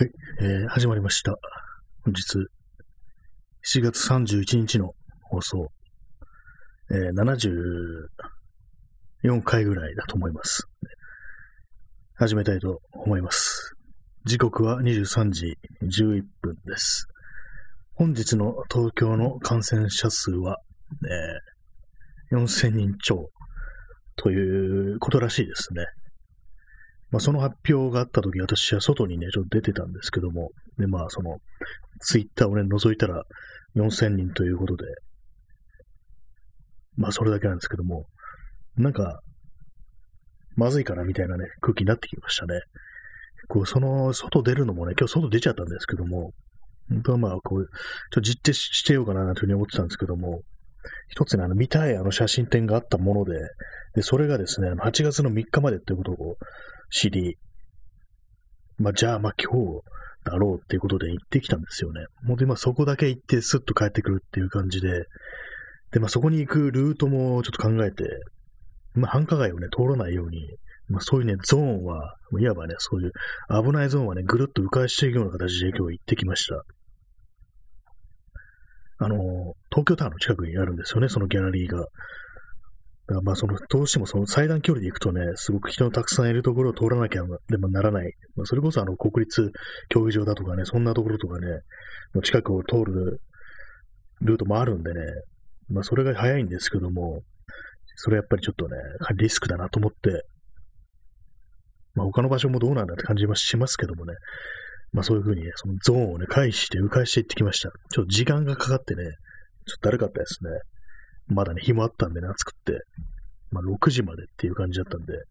はい、始まりました。本日、7月31日の放送、74回ぐらいだと思います。始めたいと思います。時刻は23時11分です。本日の東京の感染者数は、4000人超ということらしいですね。その発表があったとき、私は外にね、ちょっと出てたんですけども、で、ツイッターをね、覗いたら4000人ということで、それだけなんですけども、まずいかなみたいなね、空気になってきましたね。外出るのもね、今日外出ちゃったんですけども、本当はちょっと実験してようかなというふうに思ってたんですけども、一つね、見たい写真展があったもので、それがですね、8月の3日までということを知り、じゃあ今日だろうっていうことで行ってきたんですよね。本当にそこだけ行ってスッと帰ってくるっていう感じで、そこに行くルートもちょっと考えて、繁華街をね、通らないように、そういうね、ゾーンは、いわばね、そういう危ないゾーンはね、ぐるっと迂回していくような形で今日行ってきました。東京タワーの近くにあるんですよね、そのギャラリーが。だからどうしてもその最短距離で行くとね、すごく人のたくさんいるところを通らなきゃでもならない。それこそ国立競技場だとかね、そんなところとかね、の近くを通るルートもあるんでね、それが早いんですけども、それやっぱりちょっとね、リスクだなと思って、他の場所もどうなんだって感じはしますけどもね、そういう風にね、そのゾーンをね、迂回していってきました。ちょっと時間がかかってね、ちょっとだるかったですね。まだね、日もあったんでね、暑くって。6時までっていう感じだったんで、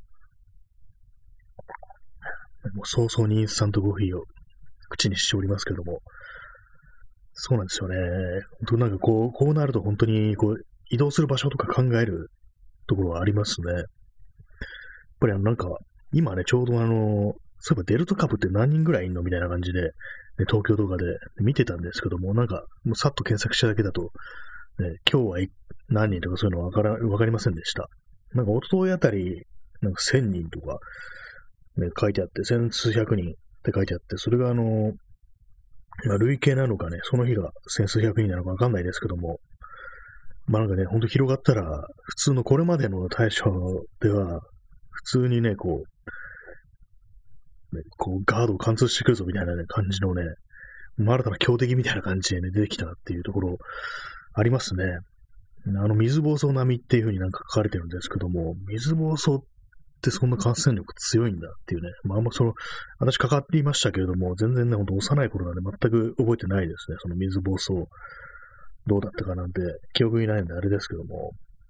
もう早々にインスタントコーヒーを口にしておりますけども、そうなんですよね。本当こうなると本当に移動する場所とか考えるところはありますね。やっぱり今ね、ちょうどそういえばデルタ株って何人ぐらいいんのみたいな感じで、ね、東京とかで見てたんですけども、もうさっと検索しただけだと、ね、今日は何人とかそういうのわかりませんでした。一昨日あたり、1000人とか、ね、書いてあって、千数百人って書いてあって、それが累計なのかね、その日が千数百人なのかわかんないですけども、ほんと広がったら、普通のこれまでの対処では、普通にね、ガードを貫通してくるぞみたいなね、感じのね、新たな強敵みたいな感じでね、出てきたっていうところ、ありますね。水疱瘡並みっていう風に書かれてるんですけども、水疱瘡ってそんな感染力強いんだっていうね、私かかっていましたけれども、全然ね、ほんと幼い頃なんで全く覚えてないですね。その水疱瘡、どうだったかなんて、記憶にないんであれですけども、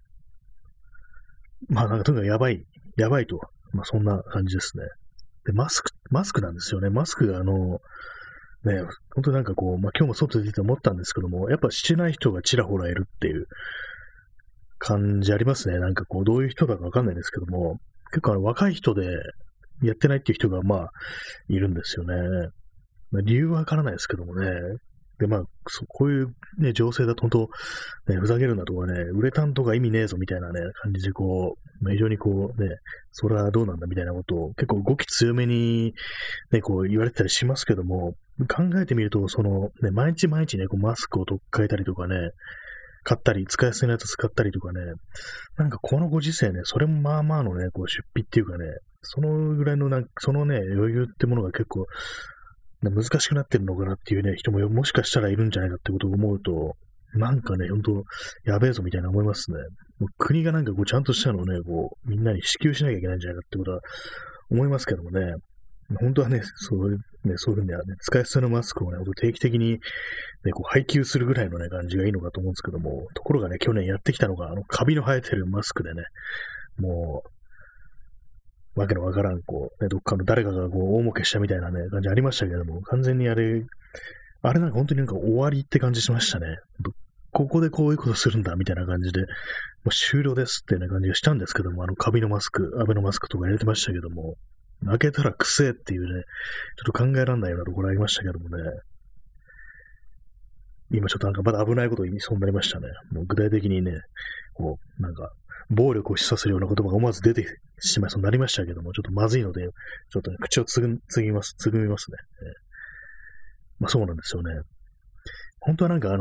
とにかくやばいと、そんな感じですね。で、マスクなんですよね。マスクがね、本当に今日も外で出て思ったんですけども、やっぱしてない人がちらほらいるっていう感じありますね。どういう人だかわかんないですけども、結構若い人でやってないっていう人がいるんですよね。理由はわからないですけどもね。で、こういうね、情勢だと本当、ね、ふざけるなとかね、ウレタンとか意味ねえぞみたいなね、感じで非常にね、それはどうなんだみたいなことを結構語気強めにね、言われてたりしますけども、考えてみると、ね、毎日ね、マスクを取っ替えたりとかね、買ったり、使い捨てのやつ使ったりとかね、このご時世ね、それもまあまあのね、出費っていうかね、そのぐらいのそのね、余裕ってものが結構、難しくなってるのかなっていうね、人ももしかしたらいるんじゃないかってことを思うと、ね、本当やべえぞみたいな思いますね。もう国がちゃんとしたのをね、みんなに支給しなきゃいけないんじゃないかってことは思いますけどもね、本当はね、そういうふうにはね、使い捨てのマスクをね、定期的にね、配給するぐらいのね、感じがいいのかと思うんですけども、ところがね、去年やってきたのが、カビの生えてるマスクでね、もう、わけのわからん、ね、どっかの誰かが大儲けしたみたいなね、感じありましたけども、完全にあれ本当に終わりって感じしましたね。ここでこういうことするんだ、みたいな感じで、もう終了ですっていうような感じがしたんですけども、カビのマスク、アベノマスクとか入れてましたけども、開けたらくせえっていうね、ちょっと考えられないようなところありましたけどもね、今ちょっとまだ危ないこと言いそうになりましたね。もう具体的にね、 暴力を示唆するような言葉が思わず出てしまいそうになりましたけども、ちょっとまずいので、ちょっとね、口をつぐみますね。まあそうなんですよね。本当はなんか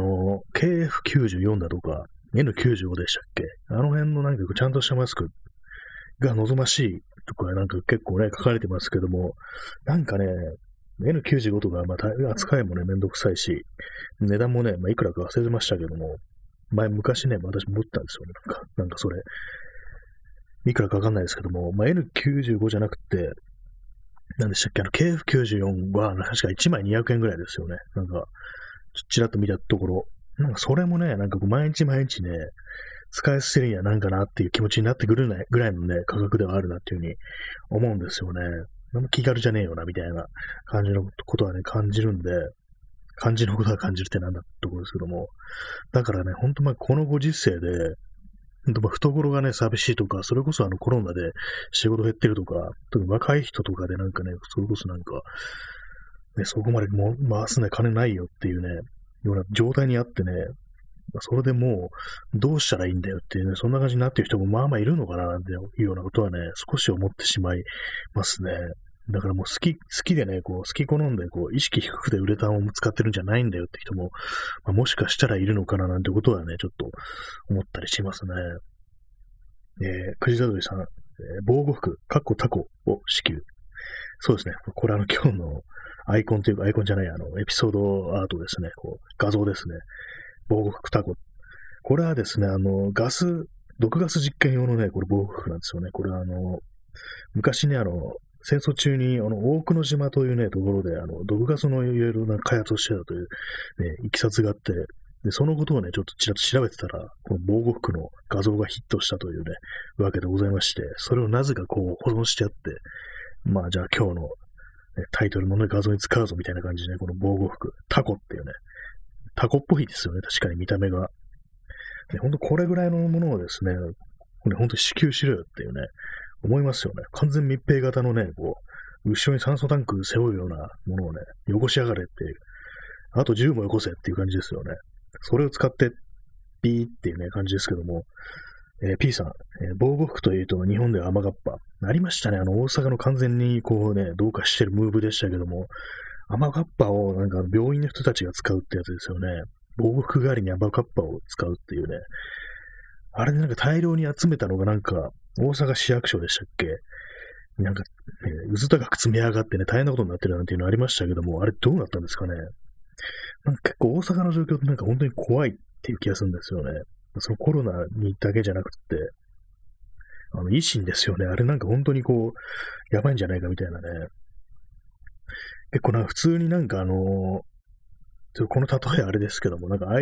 KF94 だとか、N95 でしたっけ？あの辺のなんかちゃんとしたマスクが望ましいとかなんか結構ね、書かれてますけども、なんかね、N95 とか、まあ、扱いもね、めんどくさいし、値段もね、まあ、いくらか忘れてましたけども、昔ね、私持ったんですよね。なんかそれ、いくらかわかんないですけども、まあ、N95 じゃなくて、なんでしたっけ、KF94 は、確か1枚200円ぐらいですよね。なんか、ちらっと見たところ、なんかそれもね、なんか毎日毎日ね、使い捨てるにはなんかなっていう気持ちになってくるぐらいのね、価格ではあるなっていうふうに思うんですよね。なんも気軽じゃねえよな、みたいな感じのことはね、感じるんで、感じのことは感じるってなんだってところですけども、だからね、ほんとこのご時世で、ほんと懐がね、寂しいとか、それこそコロナで仕事減ってるとか、特に若い人とかでなんかね、それこそなんか、ね、そこまでも回すね、金ないよっていうね、ような状態にあってね、それでもう、どうしたらいいんだよっていうね、そんな感じになっている人もまあまあいるのかな、なんていうようなことはね、少し思ってしまいますね。だからもう好きでね、こう、好き好んで、こう、意識低くてウレタンを使ってるんじゃないんだよって人も、まあ、もしかしたらいるのかな、なんてことはね、ちょっと思ったりしますね。くじだどりさん、防護服、タコを支給。そうですね。これ今日のアイコンというか、アイコンじゃない、エピソードアートですね。こう、画像ですね。防護服タコ。これはですね、毒ガス実験用のね、これ防護服なんですよね。これ昔ね、戦争中に、大久野島というね、ところで、毒ガスのいろいろな開発をしてたという、ね、いきさつがあって、で、そのことをね、ちょっとちらっと調べてたら、この防護服の画像がヒットしたというね、わけでございまして、それをなぜかこう保存してあって、まあじゃあ今日の、ね、タイトルの、ね、画像に使うぞみたいな感じでね、この防護服、タコっていうね、タコっぽいですよね、確かに見た目が。ほんとこれぐらいのものをですね、これほんと支給しろよっていうね、思いますよね。完全密閉型のね、こう、後ろに酸素タンク背負うようなものをね、汚しやがれっていう、あと銃もよこせっていう感じですよね。それを使って、ピーっていうね、感じですけども、P さん、防護服というと日本では雨がっぱ。ありましたね。大阪の完全にこうね、どうかしてるムーブでしたけども、雨がっぱをなんか病院の人たちが使うってやつですよね。防護服代わりに雨がっぱを使うっていうね。あれでなんか大量に集めたのがなんか、大阪市役所でしたっけ？なんか、ね、うず高く積み上がってね、大変なことになってるなんていうのありましたけども、あれどうなったんですかね。なんか結構大阪の状況ってなんか本当に怖いっていう気がするんですよね。そのコロナにだけじゃなくて、維新ですよね。あれなんか本当にこう、やばいんじゃないかみたいなね。結構普通になんかこの例えあれですけども、なんか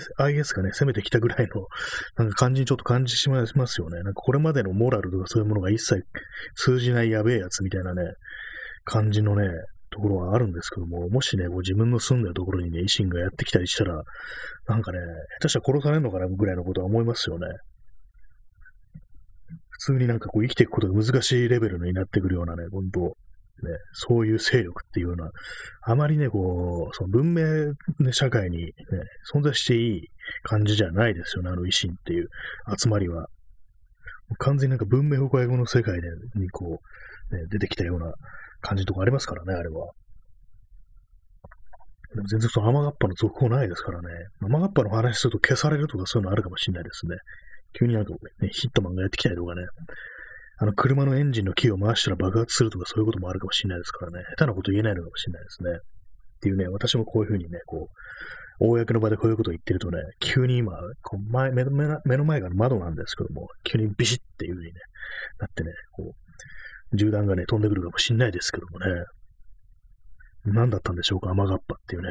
IS がね、攻めてきたぐらいの、なんか感じにちょっと感じしますよね。なんかこれまでのモラルとかそういうものが一切通じないやべえやつみたいなね、感じのね、ところはあるんですけども、もしね、こう自分の住んでるところにね、維新がやってきたりしたら、なんかね、下手したら殺されるのかなぐらいのことは思いますよね。普通になんかこう生きていくことが難しいレベルになってくるようなね、本当ね、そういう勢力っていうような、あまりね、こう、その文明、ね、社会に、ね、存在していい感じじゃないですよね、維新っていう集まりは。完全になんか文明崩壊後の世界でにこう、ね、出てきたような感じとかありますからね、あれは。でも全然その雨がっぱの続報ないですからね。雨がっぱの話すると消されるとかそういうのあるかもしれないですね。急になんか、ね、ヒットマンがやってきたりとかね。車のエンジンのキーを回したら爆発するとかそういうこともあるかもしれないですからね。下手なこと言えないのかもしれないですね。っていうね、私もこういうふうにね、こう、公の場でこういうことを言ってるとね、急に今、こう目の前が窓なんですけども、急にビシッっていうふうにね、なってね、こう、銃弾がね、飛んでくるかもしれないですけどもね。何だったんでしょうか、雨がっぱっていうね。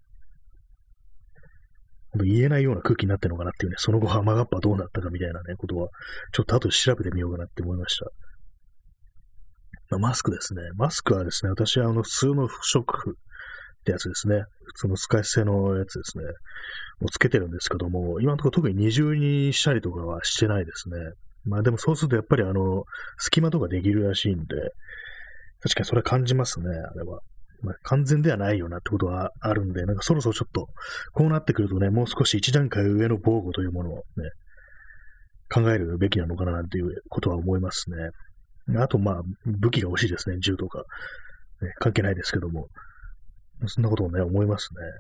言えないような空気になってるのかなっていうね、その後雨がっぱどうなったかみたいなね、ことは、ちょっと後で調べてみようかなって思いました。マスクですね。マスクはですね、私は普通の不織布ってやつですね。普通の使い捨てのやつですね。をつけてるんですけども、今のところ特に二重にしたりとかはしてないですね。まあでもそうするとやっぱり隙間とかできるらしいんで、確かにそれは感じますね、あれは。まあ、完全ではないよなってことはあるんで、なんかそろそろちょっと、こうなってくるとね、もう少し一段階上の防護というものをね、 考えるべきなのかななんていうことは思いますね。あと、まあ、武器が欲しいですね。銃とか。ね、関係ないですけども。そんなことをね、思いますね。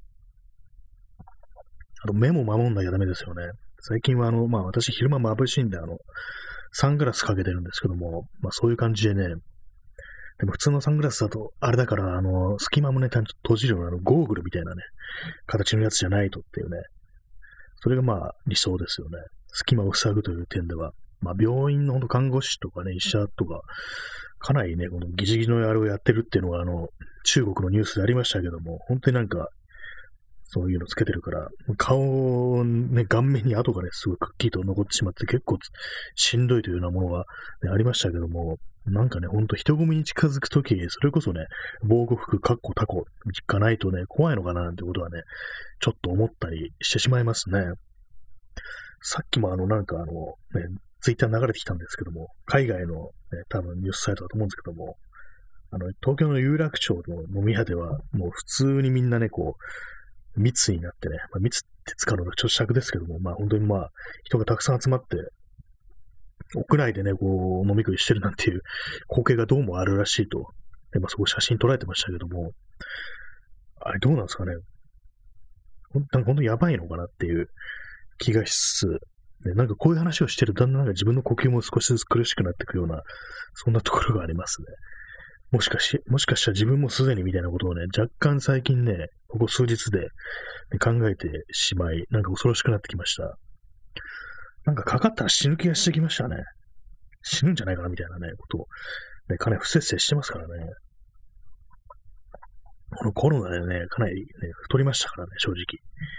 あと、目も守んなきゃダメですよね。最近はまあ私昼間眩しいんで、サングラスかけてるんですけども、まあそういう感じでね、でも普通のサングラスだと、あれだから、隙間もね、ちゃんと閉じるようなゴーグルみたいなね、形のやつじゃないとっていうね、それがまあ理想ですよね。隙間を塞ぐという点では。まあ病院のほんと看護師とかね、医者とか、かなりね、このギジギジのあれをやってるっていうのが、中国のニュースでありましたけども、本当になんか、そういうのつけてるから、顔ね、顔面に跡がね、すごいくっきりと残ってしまって、結構しんどいというようなものが、ね、ありましたけども、なんかね、ほんと人混みに近づくとき、それこそね、防護服、タコがないとね、怖いのかななんてことはね、ちょっと思ったりしてしまいますね。さっきもなんかね、ツイッター流れてきたんですけども、海外の、ね、多分ニュースサイトだと思うんですけども、東京の有楽町の飲み屋では、もう普通にみんなね、こう、密になってね、まあ、密って使うのがちょっと尺ですけども、まあ本当にまあ人がたくさん集まって、屋内でね、こう飲み食いしてるなんていう光景がどうもあるらしいと。で、まあそこ写真撮られてましたけども、あれどうなんですかね。なんか本当にやばいのかなっていう気がしつつ、ね、なんかこういう話をしてるとだんだんなんか自分の呼吸も少しずつ苦しくなっていくような、そんなところがありますね。もしかしたら自分もすでにみたいなことをね、若干最近ね、ここ数日で、ね、考えてしまい、なんか恐ろしくなってきました。なんかかかったら死ぬ気がしてきましたね。死ぬんじゃないかなみたいなね、ことを、ね、かなり不節制してますからね。このコロナでね、かなりね、太りましたからね、正直。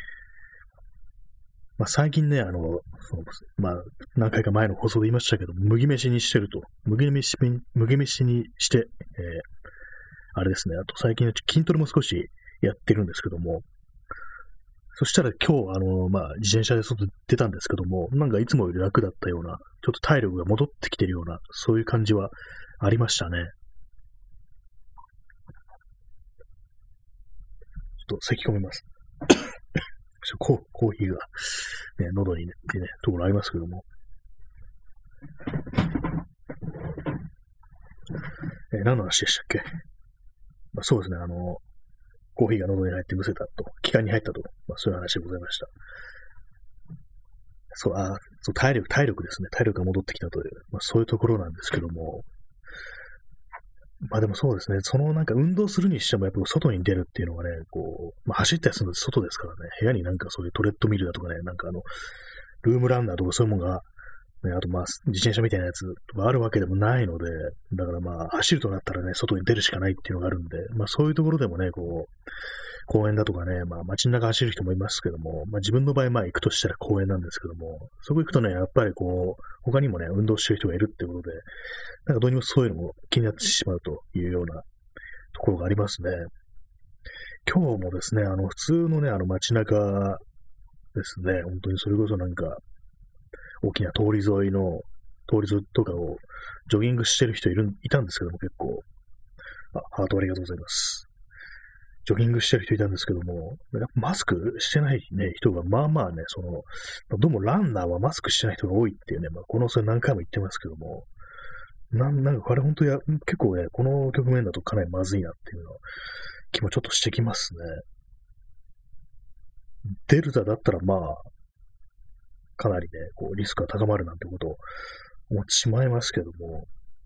まあ、最近ね、まあ、何回か前の放送で言いましたけど、麦飯にしてると。麦飯にして、あれですね、あと最近筋トレも少しやってるんですけども、そしたら今日、まあ、自転車で外出たんですけども、なんかいつもより楽だったような、ちょっと体力が戻ってきてるような、そういう感じはありましたね。ちょっと咳込みます。コーヒーが、ね、喉にね、ってね、ところありますけども。何の話でしたっけ？まあ、そうですね、コーヒーが喉に入ってむせたと、気管に入ったと、まあ、そういう話でございました。そう、体力ですね。体力が戻ってきたという、まあ、そういうところなんですけども、まあでもそうですね、なんか運動するにしてもやっぱ外に出るっていうのがね、こう、まあ走ったりするの外ですからね、部屋になんかそういうトレッドミルだとかね、なんかルームランナーとかそういうものが、ね、あとまあ自転車みたいなやつとかあるわけでもないので、だからまあ走るとなったらね、外に出るしかないっていうのがあるんで、まあそういうところでもね、こう、公園だとかね、まあ街中走る人もいますけども、まあ自分の場合まあ行くとしたら公園なんですけども、そこ行くとね、やっぱりこう、他にもね、運動してる人がいるってことで、なんかどうにもそういうのも気になってしまうというようなところがありますね。今日もですね、普通のね、街中ですね、本当にそれこそなんか、大きな通り沿いとかをジョギングしてる人いたんですけども、結構。ハートありがとうございます。ジョギングしてる人いたんですけども、マスクしてないね、人が、まあまあね、どうもランナーはマスクしてない人が多いっていうね、まあ、それ何回も言ってますけども、なんかこれ本当結構ね、この局面だとかなりまずいなっていうの気もちょっとしてきますね。デルタだったらまあ、かなりね、こう、リスクが高まるなんてことを思ってしまいますけども、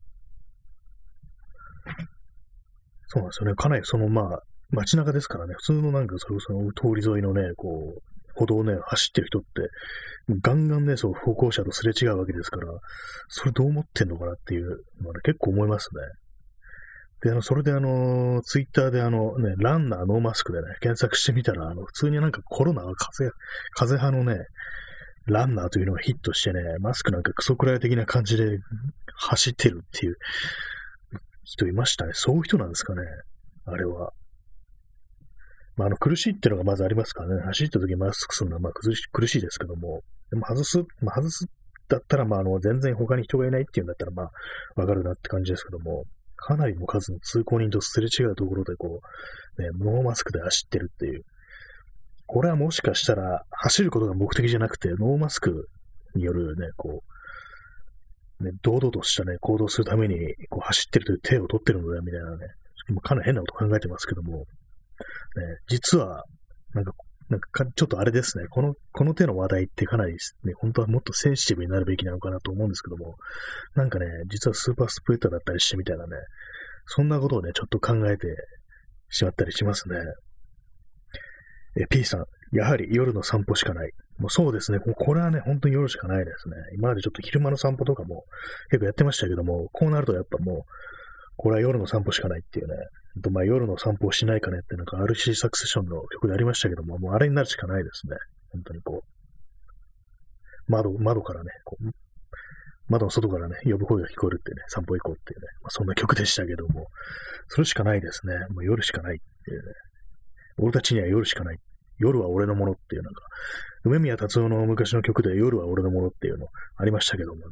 そうなんですよね。かなりまあ、街中ですからね、普通のなんかそれこそ通り沿いのね、こう、歩道をね、走ってる人って、ガンガンね、そう、歩行者とすれ違うわけですから、それどう思ってんのかなっていうのはね、結構思いますね。で、それでツイッターでね、ランナーノーマスクでね、検索してみたら、普通になんかコロナは風邪派のね、ランナーというのがヒットしてね、マスクなんかクソくらい的な感じで走ってるっていう人いましたね。そういう人なんですかね、あれは。まあ、苦しいっていうのがまずありますからね、走った時マスクするのはまあ苦しいですけども、でも外すだったら、まあ、全然他に人がいないっていうんだったら、まあ、わかるなって感じですけども、かなりの数の通行人とすれ違うところで、こう、ね、ノーマスクで走ってるっていう。これはもしかしたら、走ることが目的じゃなくて、ノーマスクによるね、堂々としたね、行動するために、走ってるという手を取ってるのだ、みたいなね、かなり変なこと考えてますけども、ね、実は、ちょっとあれですね、この手の話題ってかなりね、本当はもっとセンシティブになるべきなのかなと思うんですけども、実はスーパースプリッターだったりしてみたいなね、そんなことをね、ちょっと考えてしまったりしますね。P さん、やはり夜の散歩しかない。もうそうですね。これはね、本当に夜しかないですね。今までちょっと昼間の散歩とかも結構やってましたけども、こうなるとやっぱもう、これは夜の散歩しかないっていうね。夜の散歩をしないかねってRC サクセションの曲でありましたけども、もうあれになるしかないですね。本当に窓からね、窓の外からね、呼ぶ声が聞こえるってね、散歩行こうっていうね、そんな曲でしたけども、それしかないですね。もう夜しかないっていうね。俺たちには夜しかない。夜は俺のものっていう梅宮達夫の昔の曲で夜は俺のものっていうのありましたけどもね。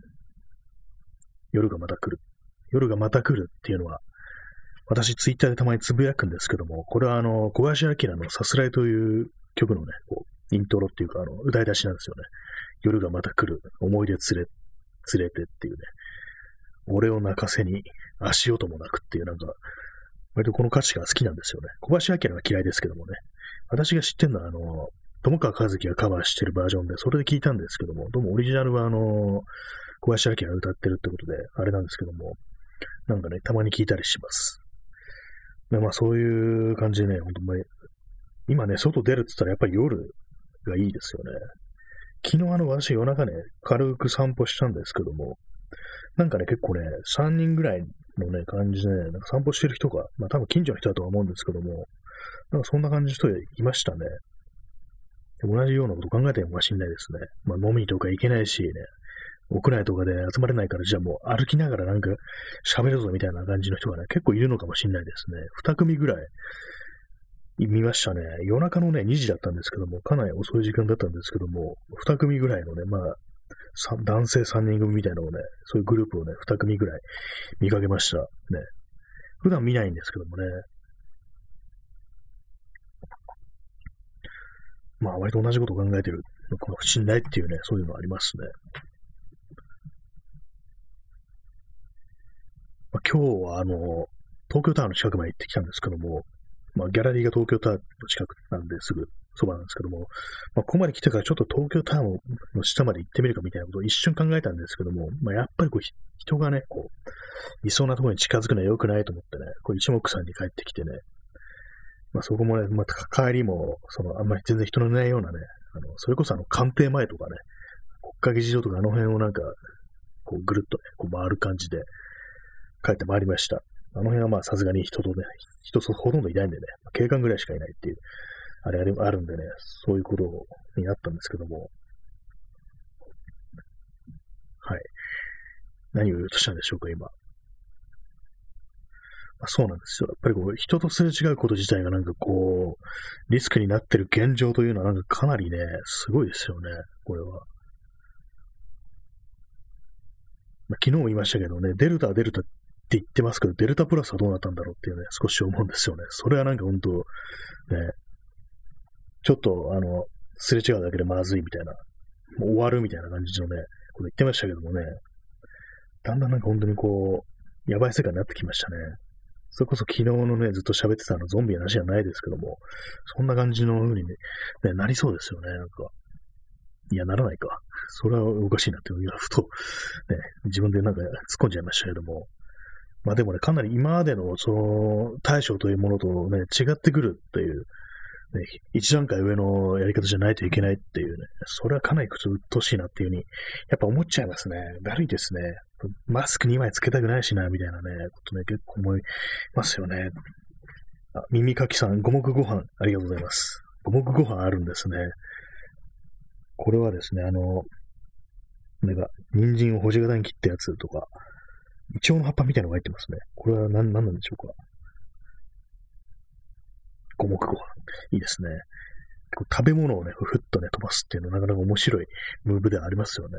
夜がまた来る。夜がまた来るっていうのは、私ツイッターでたまにつぶやくんですけども、これは小林明のさすらいという曲のね、イントロっていうか歌い出しなんですよね。夜がまた来る。思い出連れてっていうね。俺を泣かせに足音もなくっていう割とこの歌詞が好きなんですよね。小林明は嫌いですけどもね。私が知ってるのは友川一樹がカバーしてるバージョンで、それで聞いたんですけども、どうもオリジナルは小林明が歌ってるってことで、あれなんですけども、たまに聞いたりします。でそういう感じでね、本当今ね、外出るって言ったらやっぱり夜がいいですよね。昨日私夜中ね、軽く散歩したんですけども、結構ね、3人ぐらいのね、感じでね、散歩してる人が、多分近所の人だとは思うんですけども、そんな感じの人がいましたね。同じようなこと考えてるかもしれないですね。飲みとか行けないしね、屋内とかで集まれないから、じゃあもう歩きながら喋るぞみたいな感じの人がね、結構いるのかもしれないですね。2組ぐらい見ましたね。夜中のね、2時だったんですけども、かなり遅い時間だったんですけども、2組ぐらいのね、男性3人組みたいなのをね、そういうグループをね、2組ぐらい見かけました。ね。普段見ないんですけどもね。割と同じことを考えてるのかもしれないっていうね、そういうのありますね。今日は東京タワーの近くまで行ってきたんですけども、ギャラリーが東京タワーの近くなんですぐそばなんですけども、ここまで来てからちょっと東京タワーの下まで行ってみるかみたいなことを一瞬考えたんですけども、やっぱり人がね、いそうなところに近づくのは良くないと思ってね、一目散に帰ってきてね、そこもね、帰りも、あんまり全然人のいないようなね、それこそ官邸前とかね、国会議事堂とかあの辺をぐるっとね、回る感じで帰ってまいりました。あの辺はさすがに人ほとんどいないんでね、警官ぐらいしかいないっていう、あるんでね、そういうことになったんですけども、はい。何を言おうとしたんでしょうか、今。そうなんですよ。やっぱり人とすれ違うこと自体がリスクになってる現状というのはかなりね、すごいですよね、これは。昨日も言いましたけどね、デルタって言ってますけど、デルタプラスはどうなったんだろうっていうね、少し思うんですよね。それは本当、ね、ちょっとすれ違うだけでまずいみたいな、もう終わるみたいな感じのね、こと言ってましたけどもね、だんだん本当にやばい世界になってきましたね。それこそ昨日のね、ずっと喋ってたゾンビの話じゃないですけども、そんな感じの風にね、なりそうですよね、いや、ならないか。それはおかしいなっていう、ふと、ね、自分で突っ込んじゃいましたけども。でもね、かなり今までの、対処というものとね、違ってくるっていう、ね、一段階上のやり方じゃないといけないっていうね、それはかなり鬱陶しいなっていうふうに、やっぱ思っちゃいますね。だるいですね。マスク2枚つけたくないしな、みたいなね、ことね、結構思いますよね。耳かきさん、五目ご飯、ありがとうございます。五目ご飯あるんですね。これはですね、人参を星形に切ったやつとか、イチョウの葉っぱみたいなのが入ってますね。これは何なんでしょうか。五目ご飯。いいですね。食べ物をね、ふっとね、飛ばすっていうのはなかなか面白いムーブではありますよね。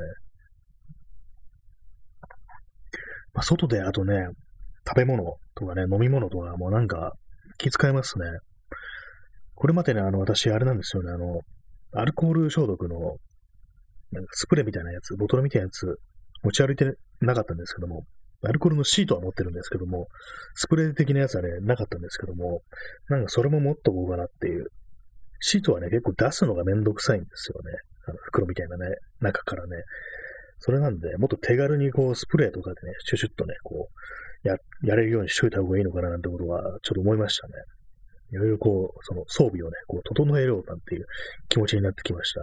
外であとね、食べ物とかね、飲み物とかも気遣いますね。これまでね、私、あれなんですよね、アルコール消毒のなんかスプレーみたいなやつ、ボトルみたいなやつ、持ち歩いてなかったんですけども、アルコールのシートは持ってるんですけども、スプレー的なやつはね、なかったんですけども、なんかそれも持っとこうかなっていう。シートはね、結構出すのがめんどくさいんですよね。袋みたいなね、中からね。それなんで、もっと手軽にこう、スプレーとかでね、シュシュッとね、こう、やれるようにしといた方がいいのかななんてことは、ちょっと思いましたね。いろいろこう、その装備をね、こう、整えようなんていう気持ちになってきました。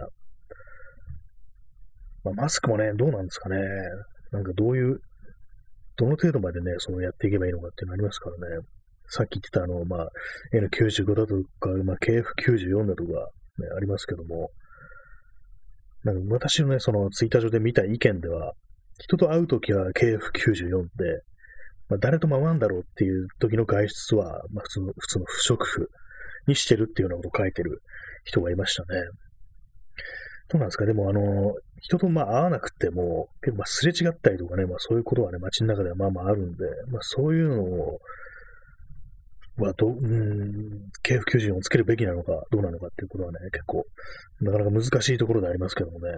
まあ、マスクもね、どうなんですかね。なんかどの程度までね、そのやっていけばいいのかっていうのありますからね。さっき言ってたまあ、N95 だとか、まあ、KF94 だとか、ね、ありますけども、なんか私のね、そのツイッター上で見た意見では、人と会うときは KF94 で、まあ、誰とも会わんだろうっていう時の外出は、まあ、普通の不織布にしてるっていうようなことを書いてる人がいましたね。どうなんですか？でも人とまあ会わなくても、結構まあすれ違ったりとかね、まあそういうことはね、街の中ではまあまああるんで、まあそういうのを、KF94 をつけるべきなのか、どうなのかっていうことはね、結構、なかなか難しいところでありますけどもね。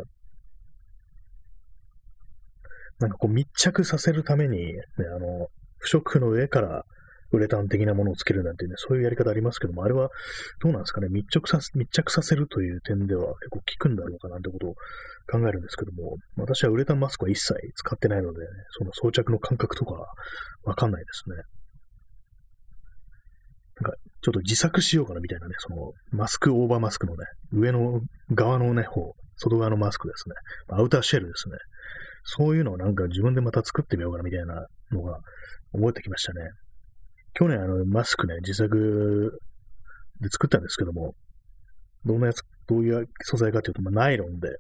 なんかこう密着させるために、ね、不織布の上からウレタン的なものをつけるなんていうね、そういうやり方ありますけども、あれはどうなんですかね、密着させるという点では結構効くんだろうかなんてことを考えるんですけども、私はウレタンマスクは一切使ってないので、ね、その装着の感覚とかわかんないですね。なんか、ちょっと自作しようかなみたいなね、その、マスクオーバーマスクのね、上の側のね、外側のマスクですね。アウターシェルですね。そういうのをなんか自分でまた作ってみようかなみたいなのが思ってきましたね。去年マスクね、自作で作ったんですけども、どういう素材かというと、まあ、ナイロンで、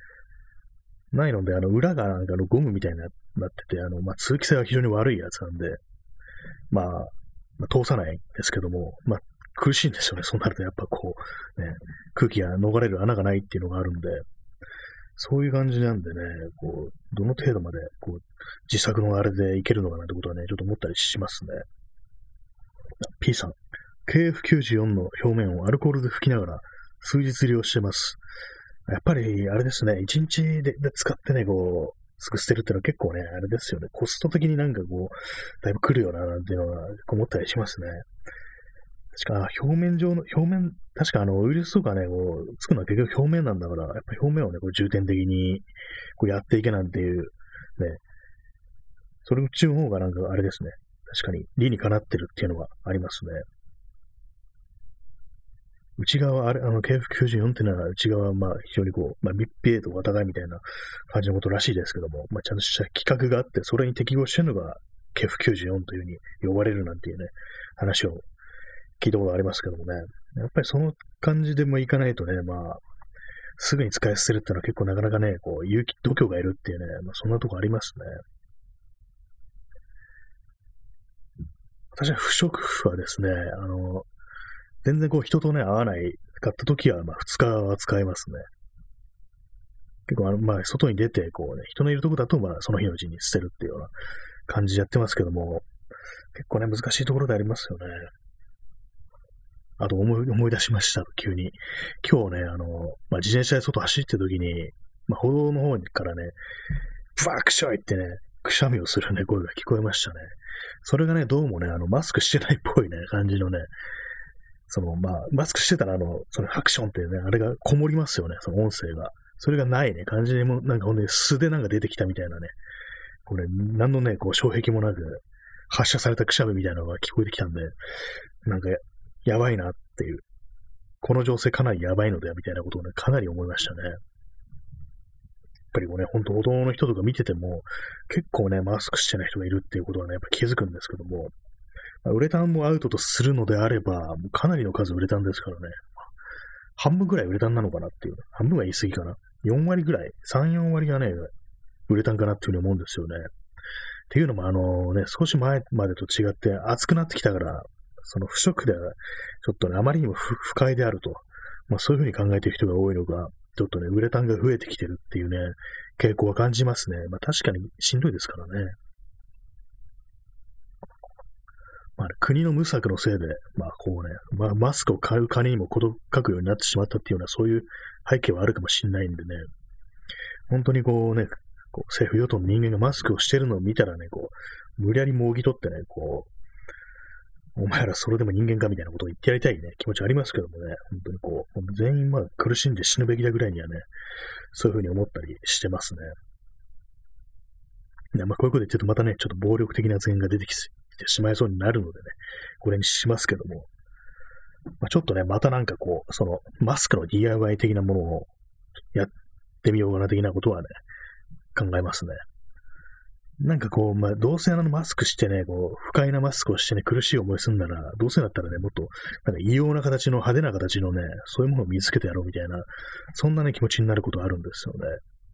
裏がなんかゴムみたいになってて、まあ、通気性が非常に悪いやつなんで、まあ、通さないんですけども、まあ、苦しいんですよね。そうなるとやっぱこう、ね、空気が逃れる穴がないっていうのがあるんで、そういう感じなんでね、こう、どの程度まで、こう、自作のあれでいけるのかなってことはね、ちょっと思ったりしますね。P さん、KF94 の表面をアルコールで拭きながら数日利用してます。やっぱり、あれですね、1日で使ってね、こう、すぐ捨てるっていうのは結構ね、あれですよね。コスト的になんかこう、だいぶ来るよな、なんていうのは思ったりしますね。確か、確かウイルスとかね、こう、つくのは結局表面なんだから、やっぱ表面をね、こう重点的に、こうやっていけなんていう、ね、それっちの方がなんかあれですね。確かに理にかなってるっていうのがありますね。内側、KF94 っていうのは内側、まあ非常にこう、まあ密閉度が高いみたいな感じのことらしいですけども、まあちゃんとした規格があって、それに適合してるのが KF94 というふうに呼ばれるなんていうね、話を聞いたことありますけどもね。やっぱりその感じでもいかないとね、まあ、すぐに使い捨てるっていうのは結構なかなかね、こう、度胸がいるっていうね、まあそんなとこありますね。私は不織布はですね、全然こう人とね、会わないかった時は、まあ2日は使いますね。結構まあ外に出て、こうね、人のいるとこだと、まあその日のうちに捨てるっていうような感じでやってますけども、結構ね、難しいところでありますよね。あと思い出しました、急に。今日ね、まあ自転車で外走ってる時に、まあ歩道の方からね、ブワークショイってね、くしゃみをするね、声が聞こえましたね。それがね、どうもね、マスクしてないっぽいね、感じのね、まあ、マスクしてたら、そのハクションってね、あれがこもりますよね、その音声が。それがないね、感じでも、なんかほんとに素でなんか出てきたみたいなね、これ、何のね、こう、障壁もなく、発射されたくしゃみみたいなのが聞こえてきたんで、なんかやばいなっていう、この情勢かなりやばいのでは、みたいなことをね、かなり思いましたね。やっぱりこうね、本当歩道の人とか見てても、結構ね、マスクしてない人がいるっていうことはね、やっぱ気づくんですけども、ウレタンもアウトとするのであれば、もうかなりの数ウレタンですからね。半分ぐらいウレタンなのかなっていう。半分は言い過ぎかな。4割ぐらい、3、4割がね、ウレタンかなっていうふうに思うんですよね。っていうのも少し前までと違って暑くなってきたから、その不織ではちょっとね、あまりにも不快であると。まあそういうふうに考えている人が多いのが、ちょっとね、ウレタンが増えてきてるっていうね、傾向は感じますね。まあ確かにしんどいですからね。まあね、国の無策のせいで、まあこうね、まあ、マスクを買う金にも事欠くようになってしまったっていうような、そういう背景はあるかもしれないんでね。 本当にこうね、政府与党の人間がマスクをしてるのを見たらね、無理やりもぎ取ってね、お前らそれでも人間かみたいなことを言ってやりたいね、気持ちありますけどもね、本当に全員苦しんで死ぬべきだぐらいにはね、そういうふうに思ったりしてますね。こういうこと言ってるとまたね、ちょっと暴力的な発言が出てきてしまいそうになるのでね、これにしますけども、ちょっとね、またなんかそのマスクの DIY 的なものをやってみようかな的なことはね、考えますね。なんかどうせマスクしてね、不快なマスクをしてね、苦しい思いするんなら、どうせだったらね、もっと、なんか異様な形の派手な形のね、そういうものを身につけてやろうみたいな、そんなね、気持ちになることあるんですよね。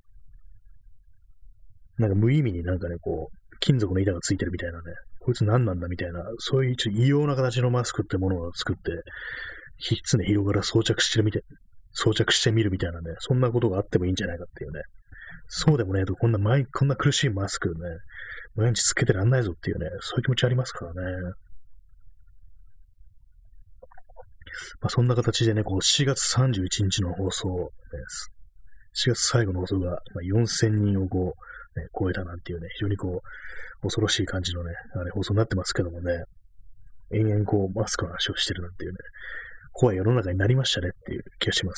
なんか無意味になんかね、金属の板がついてるみたいなね、こいつ何なんだみたいな、そういう異様な形のマスクってものを作って、常日頃から装着してみるみたいなね、そんなことがあってもいいんじゃないかっていうね。そうでもねえと、こんな苦しいマスクね、毎日つけてらんないぞっていうね、そういう気持ちありますからね。そんな形でね、4月31日の放送です。4月最後の放送が4000人を超えたなんていうね、非常に恐ろしい感じのね、放送になってますけどもね、延々マスクの話をしてるなんていうね、怖い世の中になりましたねっていう気がします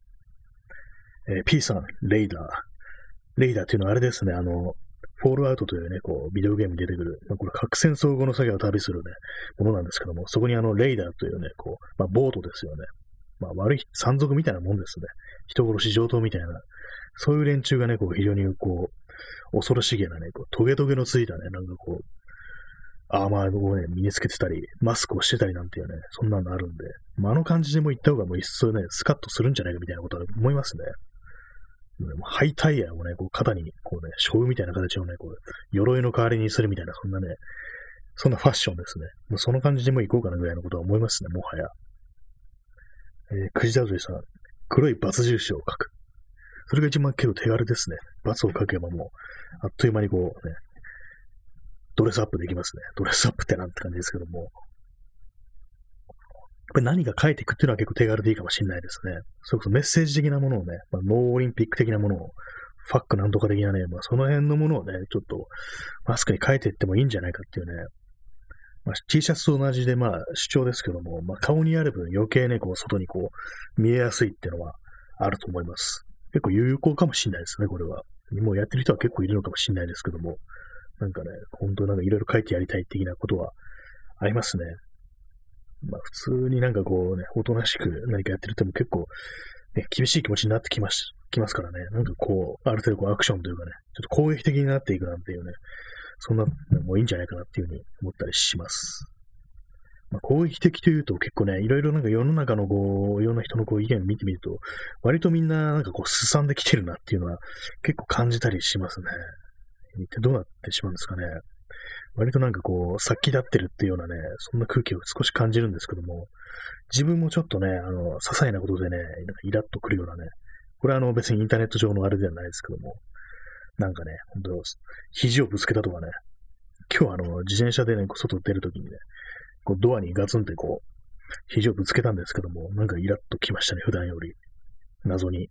。P さん、レイダーっていうのはあれですね、フォールアウトというね、ビデオゲームに出てくる、これ核戦争後の世界を旅するね、ものなんですけども、そこにレイダーというね、ボートですよね。悪い山賊みたいなもんですね。人殺し上等みたいな、そういう連中がね、非常に恐ろしげなね、トゲトゲのついたね、なんかアーマーをね、身につけてたり、マスクをしてたりなんていうね、そんなのあるんで、あの感じでもう行った方がもう一層ね、スカッとするんじゃないかみたいなことは思いますね。ハイタイヤをね、肩に背負うみたいな形のね、鎧の代わりにするみたいな、そんなファッションですね。もうその感じでも行こうかなぐらいのことは思いますね、もはや。くじだぞいさん、黒い×印を書く。それが一番結構手軽ですね。×を書けばもう、あっという間にドレスアップできますね。ドレスアップってなんて感じですけども。これ何か書いていくっていうのは結構手軽でいいかもしれないですね。それこそメッセージ的なものをね、ノーオリンピック的なものを、ファックなんとか的なね、その辺のものをね、ちょっとマスクに書いていってもいいんじゃないかっていうね。T シャツと同じで主張ですけども、顔にある分余計ね、外に見えやすいっていうのはあると思います。結構有効かもしれないですね、これは。もうやってる人は結構いるのかもしれないですけども、なんかね、本当なんかいろいろ書いてやりたい的なことはありますね。普通になんかおとなしく何かやってるとも結構、ね、厳しい気持ちになってきますからね。なんかある程度アクションというかね、ちょっと攻撃的になっていくなんていうね、そんなのもいいんじゃないかなっていうふうに思ったりします。攻撃的というと結構ね、いろいろなんか世の中のいろんな人の意見を見てみると、割とみんななんかすさんできてるなっていうのは結構感じたりしますね。一体どうなってしまうんですかね。割となんか殺気立ってるっていうようなね、そんな空気を少し感じるんですけども、自分もちょっとね、些細なことでね、なんかイラッとくるようなね、これは別にインターネット上のあれではないですけども、なんかね、本当肘をぶつけたとかね、今日自転車でね、外出るときにね、ドアにガツンって肘をぶつけたんですけども、なんかイラッときましたね、普段より。謎に。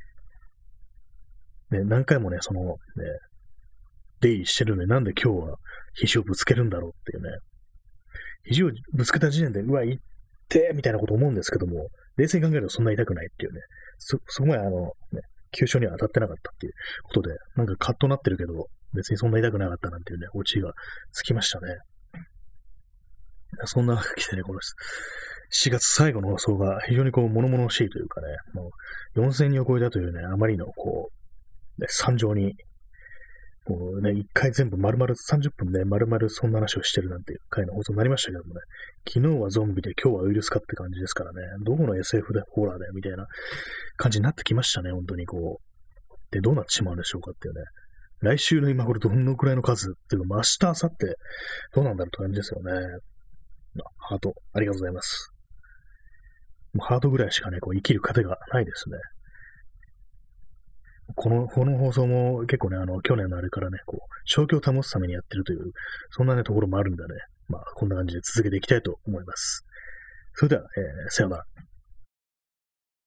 ね、何回もね、出入りしてるのになんで今日は肘をぶつけるんだろうっていうね。肘をぶつけた時点で、うわ、痛ってみたいなこと思うんですけども、冷静に考えるとそんな痛くないっていうね。そこまで急所には当たってなかったっていうことで、なんかカッとなってるけど、別にそんな痛くなかったなんていうね、オチがつきましたね。そんなわけでね、この4月最後の放送が非常に物々しいというかね、もう4000人を超えたというね、あまりの惨状に、一回全部丸々30分で丸々そんな話をしてるなんていう回の放送になりましたけどもね、昨日はゾンビで今日はウイルスかって感じですからね、どこの SF でホラーだよみたいな感じになってきましたね、本当にで、どうなってしまうんでしょうかっていうね。来週の今頃どのくらいの数っていうか、明日、明後日、どうなんだろうって感じですよね。ハート、ありがとうございます。もうハートぐらいしかね、生きる糧がないですね。この放送も結構ね、去年のあれからね、正気を保つためにやってるという、そんなね、ところもあるんでね、こんな感じで続けていきたいと思います。それでは、さようなら。